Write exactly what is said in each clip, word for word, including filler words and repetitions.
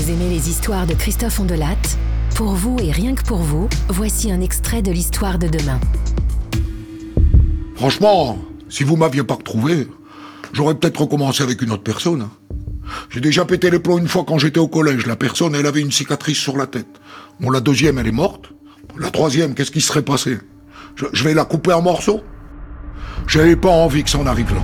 Vous aimez les histoires de Christophe Ondelat ? Pour vous et rien que pour vous, voici un extrait de l'histoire de demain. Franchement, si vous m'aviez pas retrouvé, j'aurais peut-être recommencé avec une autre personne. J'ai déjà pété les plombs une fois quand j'étais au collège. La personne, elle avait une cicatrice sur la tête. Bon, la deuxième, elle est morte. La troisième, qu'est-ce qui serait passé ? je, je vais la couper en morceaux ? J'avais pas envie que ça en arrive là.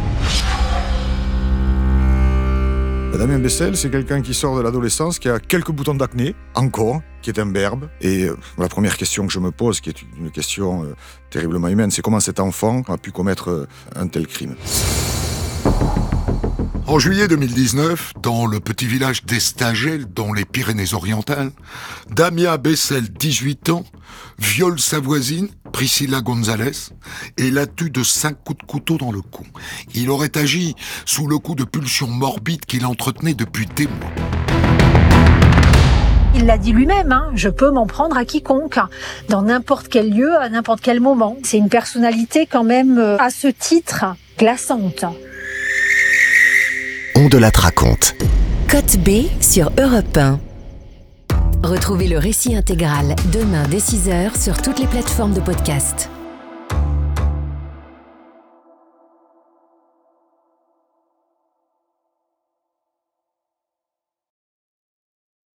Damien Bessel, c'est quelqu'un qui sort de l'adolescence, qui a quelques boutons d'acné, encore, qui est imberbe. Et euh, la première question que je me pose, qui est une question euh, terriblement humaine, c'est comment cet enfant a pu commettre euh, un tel crime. En juillet deux mille dix-neuf, dans le petit village d'Estagel, dans les Pyrénées-Orientales, Damien Bessel, dix-huit ans, viole sa voisine, Priscilla González, et la tue de cinq coups de couteau dans le cou. Il aurait agi sous le coup de pulsions morbides qu'il entretenait depuis des mois. Il l'a dit lui-même, hein, je peux m'en prendre à quiconque, dans n'importe quel lieu, à n'importe quel moment. C'est une personnalité quand même, euh, à ce titre, glaçante. Ondelat raconte. Côte B sur Europe un. Retrouvez le récit intégral demain dès six heures sur toutes les plateformes de podcast.